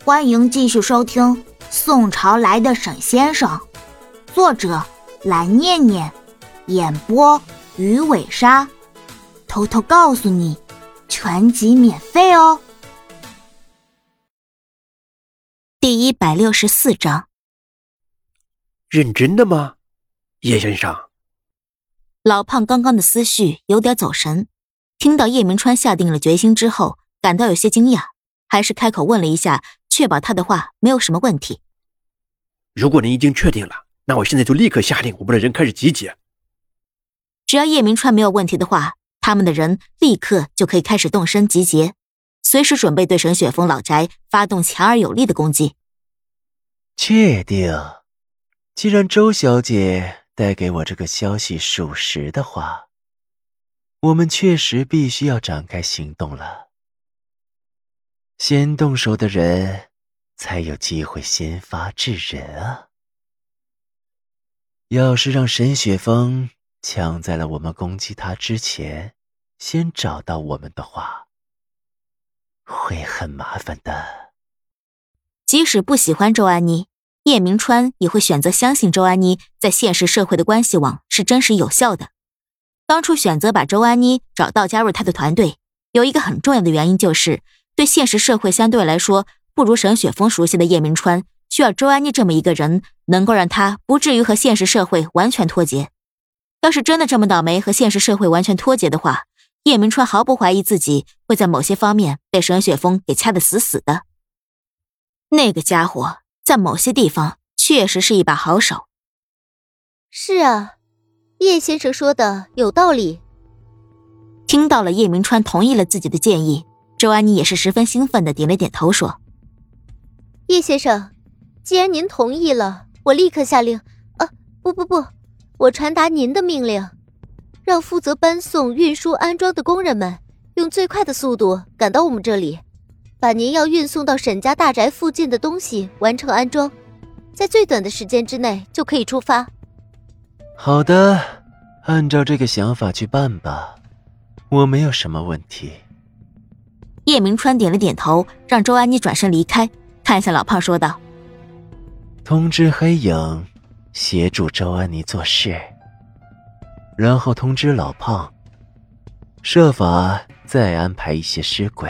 欢迎继续收听《宋朝来的沈先生》，作者蓝念念，演播鱼尾鲨。偷偷告诉你，全集免费哦。第164章。 认真的吗，叶先生？ 老胖刚刚的思绪有点走神，听到叶明川下定了决心之后，感到有些惊讶，还是开口问了一下，确保他的话没有什么问题。 如果您已经确定了，那我现在就立刻下令我们的人开始集结。 只要叶明川没有问题的话，他们的人立刻就可以开始动身集结，随时准备对沈雪峰老宅发动强而有力的攻击。 确定。既然周小姐带给我这个消息属实的话，我们确实必须要展开行动了。先动手的人才有机会先发制人啊。要是让沈雪峰抢在了我们攻击他之前先找到我们的话，会很麻烦的。 即使不喜欢周安妮，叶明川也会选择相信周安妮在现实社会的关系网是真实有效的。当初选择把周安妮找到加入他的团队，有一个很重要的原因，就是对现实社会相对来说不如沈雪峰熟悉的叶明川，需要周安妮这么一个人，能够让他不至于和现实社会完全脱节。要是真的这么倒霉和现实社会完全脱节的话，叶明川毫不怀疑自己会在某些方面被沈雪峰给掐得死死的。那个家伙在某些地方确实是一把好手。 是啊，叶先生说的有道理。 听到了叶明川同意了自己的建议，周安妮也是十分兴奋地点了点头说： 叶先生，既然您同意了，我立刻下令不，我传达您的命令，让负责搬送运输安装的工人们用最快的速度赶到我们这里，把您要运送到沈家大宅附近的东西完成安装，在最短的时间之内就可以出发。 好的，按照这个想法去办吧，我没有什么问题。 叶明川点了点头，让周安妮转身离开，看向老胖说道： 通知黑影协助周安妮做事，然后通知老胖，设法再安排一些尸鬼。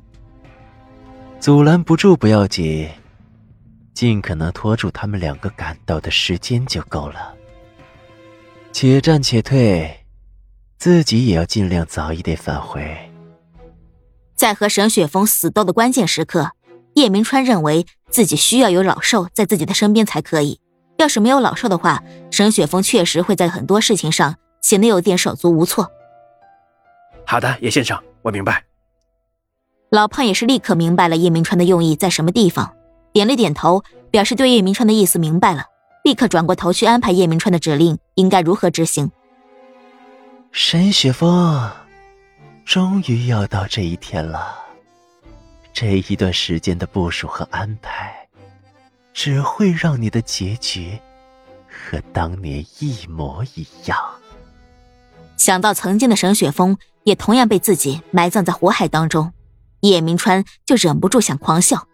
阻拦不住不要紧，尽可能拖住他们两个赶到的时间就够了。且战且退，自己也要尽量早一点返回。 在和沈雪峰死斗的关键时刻，叶明川认为自己需要有老寿在自己的身边才可以。要是没有老寿的话，沈雪峰确实会在很多事情上显得有点手足无措。 好的，叶先生，我明白。 老胖也是立刻明白了叶明川的用意在什么地方，点了点头，表示对叶明川的意思明白了，立刻转过头去安排叶明川的指令应该如何执行。 沈雪峰，终于要到这一天了。这一段时间的部署和安排，只会让你的结局和当年一模一样。 想到曾经的沈雪峰也同样被自己埋葬在火海当中，叶明川就忍不住想狂笑。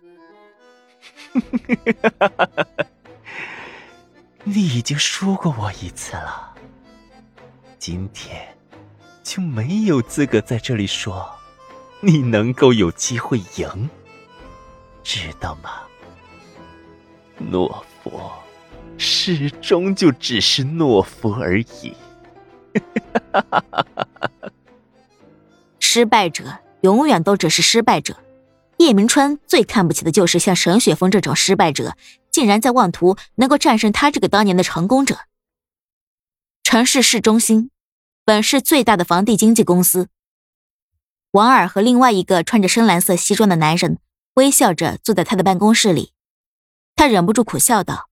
你已经输过我一次了，今天就没有资格在这里说你能够有机会赢，知道吗？懦夫始终就只是懦夫而已。 失败者永远都只是失败者。叶明川最看不起的就是像沈雪峰这种失败者，竟然在妄图能够战胜他这个当年的成功者。城市市中心，本市最大的房地经纪公司，王尔和另外一个穿着深蓝色西装的男人微笑着坐在他的办公室里，他忍不住苦笑道：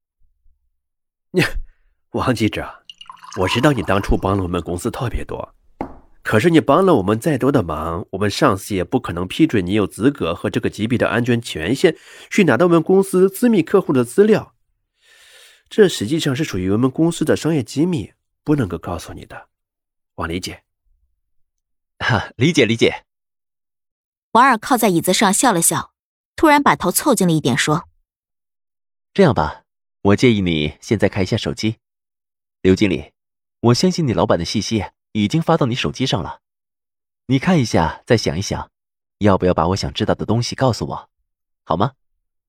王记者，我知道你当初帮了我们公司特别多，可是你帮了我们再多的忙，我们上司也不可能批准你有资格和这个级别的安全权限去拿到我们公司私密客户的资料。这实际上是属于我们公司的商业机密，不能够告诉你的。王理解。 理解。 王尔靠在椅子上笑了笑， 突然把头凑近了一点说： 这样吧，我建议你现在开一下手机。刘经理，我相信你老板的信息已经发到你手机上了，你看一下再想一想，要不要把我想知道的东西告诉我，好吗？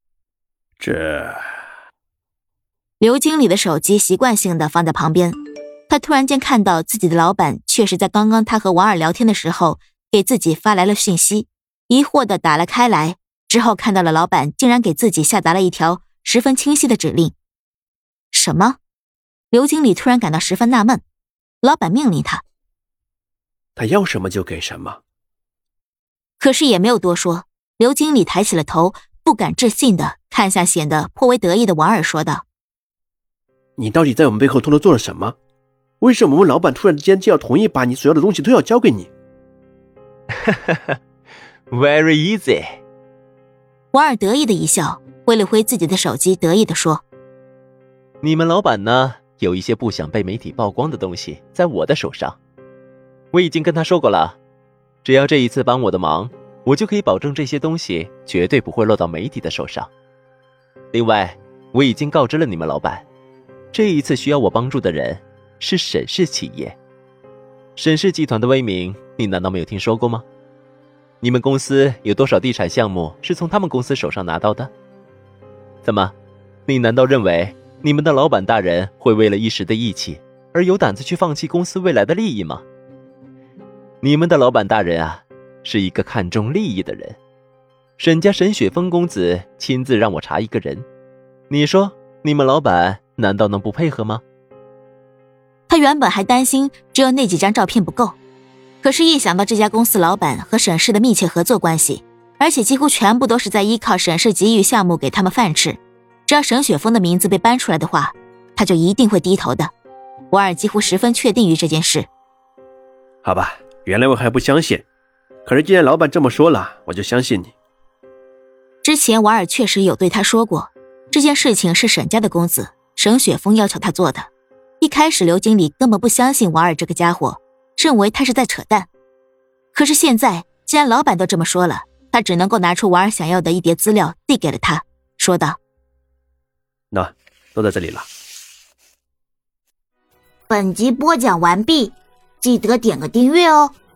刘经理的手机习惯性的放在旁边，他突然间看到自己的老板确实在刚刚他和王二聊天的时候给自己发来了讯息，疑惑的打了开来，之后看到了老板竟然给自己下达了一条十分清晰的指令。什么？刘经理突然感到十分纳闷，老板命令他要什么就给什么。 可是也没有多说，刘经理抬起了头，不敢置信的看向显得颇为得意的王二，说道： 你到底在我们背后偷偷做了什么？为什么我们老板突然之间就要同意把你所有的东西都要交给你？ Very easy。 王二得意的一笑，挥了挥自己的手机，得意的说： 你们老板呢，有一些不想被媒体曝光的东西在我的手上，我已经跟他说过了，只要这一次帮我的忙，我就可以保证这些东西绝对不会落到媒体的手上。另外，我已经告知了你们老板，这一次需要我帮助的人是沈氏企业。沈氏集团的威名你难道没有听说过吗？你们公司有多少地产项目是从他们公司手上拿到的？怎么，你难道认为你们的老板大人会为了一时的义气而有胆子去放弃公司未来的利益吗？你们的老板大人啊，是一个看重利益的人。沈家沈雪峰公子亲自让我查一个人，你说你们老板难道能不配合吗？ 他原本还担心只有那几张照片不够，可是一想到这家公司老板和沈氏的密切合作关系，而且几乎全部都是在依靠沈氏给予项目给他们饭吃，只要沈雪峰的名字被搬出来的话，他就一定会低头的。王二几乎十分确定于这件事。 好吧，原来我还不相信，可是既然老板这么说了，我就相信你。 之前王二确实有对他说过，这件事情是沈家的公子沈雪峰要求他做的。一开始刘经理根本不相信王二这个家伙，认为他是在扯淡。可是现在既然老板都这么说了，他只能够拿出王二想要的一叠资料递给了他，说道： 那都在这里了。 本集播讲完毕，记得点个订阅哦。